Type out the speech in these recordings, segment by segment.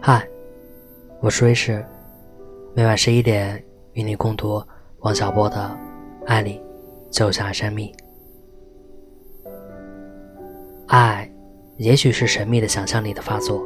嗨，我是瑞士，每晚11点与你共读王小波的《爱你就像神秘》。爱也许是神秘的想象力的发作。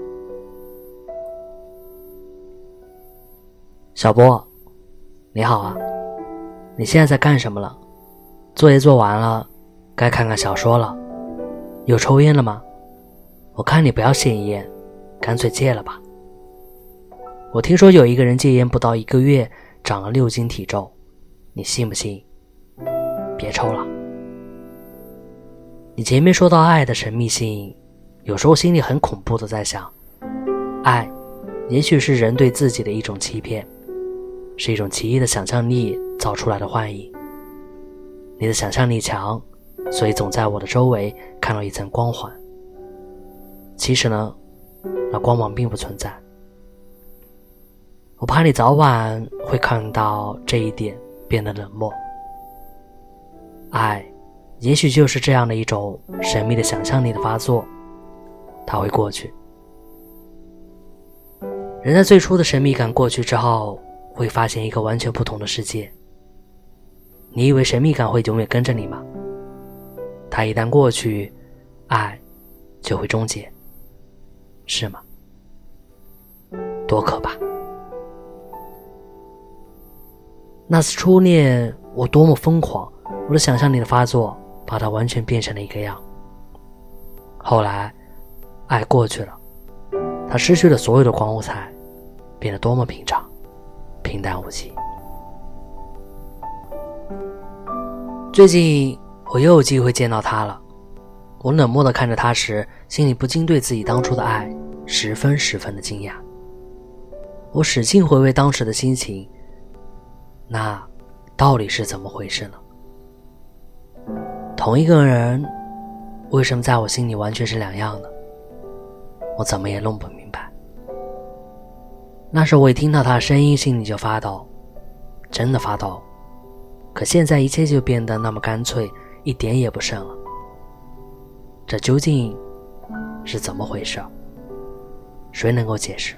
小波，你好啊，你现在在干什么了？作业做完了，该看看小说了。有抽烟了吗？我看你不要戒烟，干脆戒了吧。我听说有一个人戒烟不到1个月长了6斤体重，你信不信？别抽了。你前面说到爱的神秘性，有时候心里很恐怖的在想，爱也许是人对自己的一种欺骗，是一种奇异的想象力造出来的幻影。你的想象力强，所以总在我的周围看到一层光环。其实呢，那光芒并不存在。我怕你早晚会看到这一点，变得冷漠。爱也许就是这样的一种神秘的想象力的发作，它会过去。人在最初的神秘感过去之后，会发现一个完全不同的世界。你以为神秘感会永远跟着你吗？它一旦过去，爱就会终结，是吗？多可怕！那次初恋，我多么疯狂，我的想象力的发作把它完全变成了一个样。后来爱过去了，它失去了所有的光彩，变得多么平常，平淡无奇。最近我又有机会见到他了，我冷漠地看着他时，心里不禁对自己当初的爱十分的惊讶。我使劲回味当时的心情，那到底是怎么回事呢？同一个人为什么在我心里完全是两样的？我怎么也弄不明白。那时我一听到他的声音，心里就发抖，真的发抖。可现在一切就变得那么干脆，一点也不剩了。这究竟是怎么回事？谁能够解释？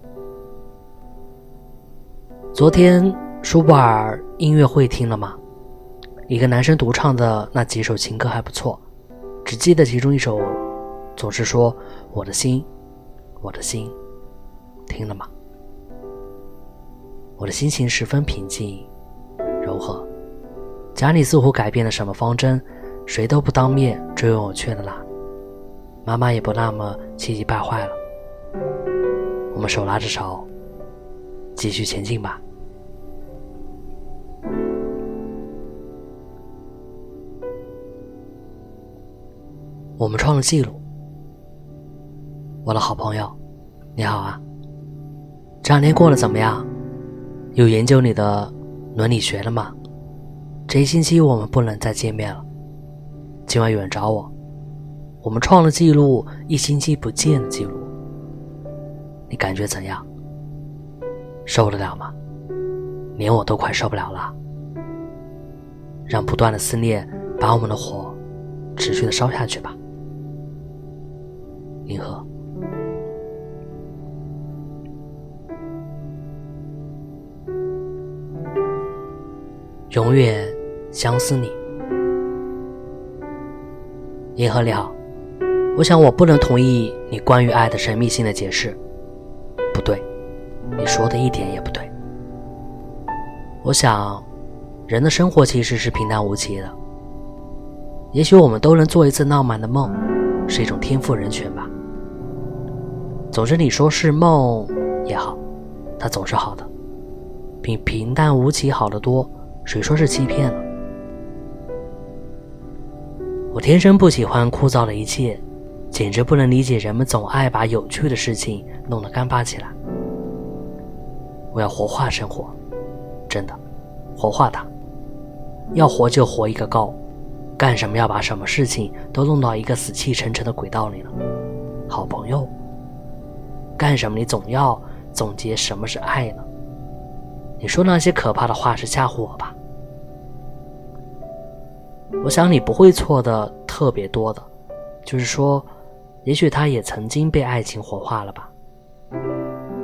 昨天舒伯尔音乐会听了吗？一个男生独唱的那几首情歌还不错，只记得其中一首总是说我的心，我的心，听了吗？我的心情十分平静柔和，家里似乎改变了什么方针，谁都不当面追问我去了哪，妈妈也不那么气急败坏了。我们手拉着手继续前进吧。我们创了记录。我的好朋友，你好啊，这2天过得怎么样？有研究你的伦理学了吗？这1星期我们不能再见面了。今晚有人找我，我们创了记录1星期不见的记录。你感觉怎样？受得了吗？连我都快受不了了。让不断的思念把我们的火持续的烧下去吧。银河。永远相思你。银河你好，我想我不能同意你关于爱的神秘性的解释。不对，你说的一点也不对。我想人的生活其实是平淡无奇的，也许我们都能做一次浪漫的梦，是一种天赋人权吧。总之你说是梦也好，它总是好的，比平淡无奇好得多，谁说是欺骗呢？我天生不喜欢枯燥的一切，简直不能理解人们总爱把有趣的事情弄得干巴起来。我要活化生活，真的，活化它。要活就活一个够，干什么要把什么事情都弄到一个死气沉沉的轨道里呢？好朋友，干什么你总要总结什么是爱呢？你说那些可怕的话是吓唬我吧？我想你不会错的特别多的，就是说也许他也曾经被爱情活化了吧。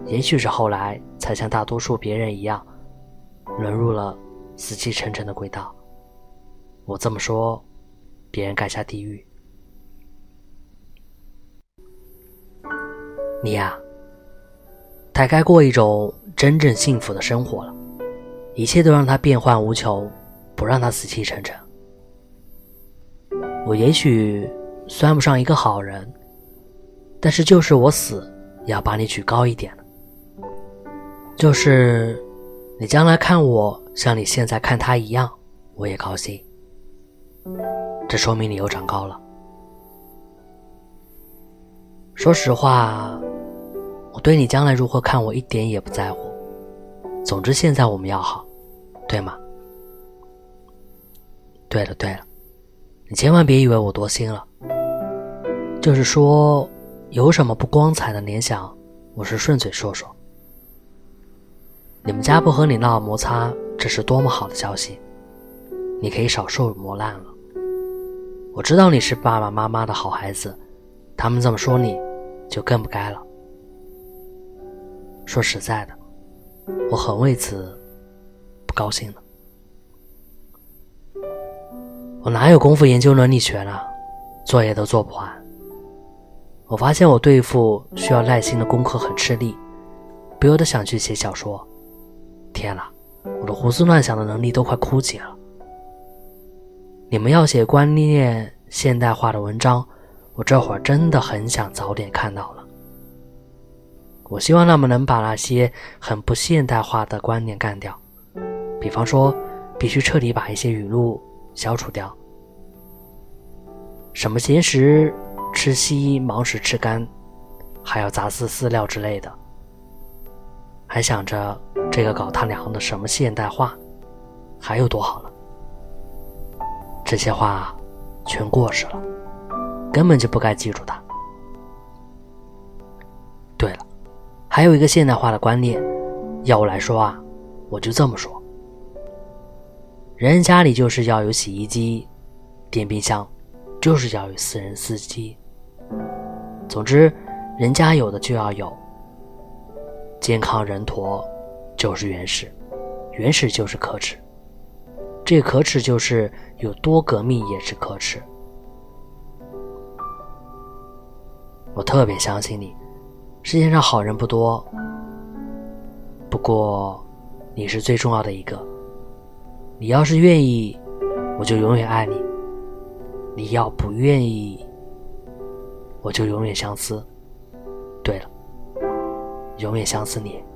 也许是后来才像大多数别人一样沦入了死气沉沉的轨道。我这么说，别人该下地狱。你呀，太该过一种真正幸福的生活了，一切都让它变幻无穷，不让它死气沉沉。我也许算不上一个好人，但是就是我死也要把你举高一点的，就是你将来看我像你现在看他一样，我也高兴。这说明你又长高了。说实话，我对你将来如何看我一点也不在乎，总之现在我们要好，对吗？对了，你千万别以为我多心了，就是说有什么不光彩的联想，我是顺嘴说说。你们家不和你闹摩擦，这是多么好的消息，你可以少受磨难了。我知道你是爸爸妈妈的好孩子，他们这么说你就更不该了。说实在的，我很为此不高兴的。我哪有功夫研究伦理学呢？作业都做不完。我发现我对付需要耐心的功课很吃力，不由得想去写小说。天哪，我的胡思乱想的能力都快枯竭了。你们要写观念现代化的文章，我这会儿真的很想早点看到了。我希望他们能把那些很不现代化的观念干掉，比方说必须彻底把一些语录消除掉，什么闲时吃稀，忙时吃干，还要杂饲饲料之类的。还想着这个搞他娘的什么现代化还有多好了，这些话全过时了，根本就不该记住它。对了，还有一个现代化的观念，要我来说啊，我就这么说：人家里就是要有洗衣机、电冰箱，就是要有私人司机。总之，人家有的就要有。健康人驼就是原始，原始就是可耻，这个可耻就是有多革命也是可耻。我特别相信你，世界上好人不多，不过你是最重要的一个。你要是愿意，我就永远爱你；你要不愿意，我就永远相思。对了，永远相思你。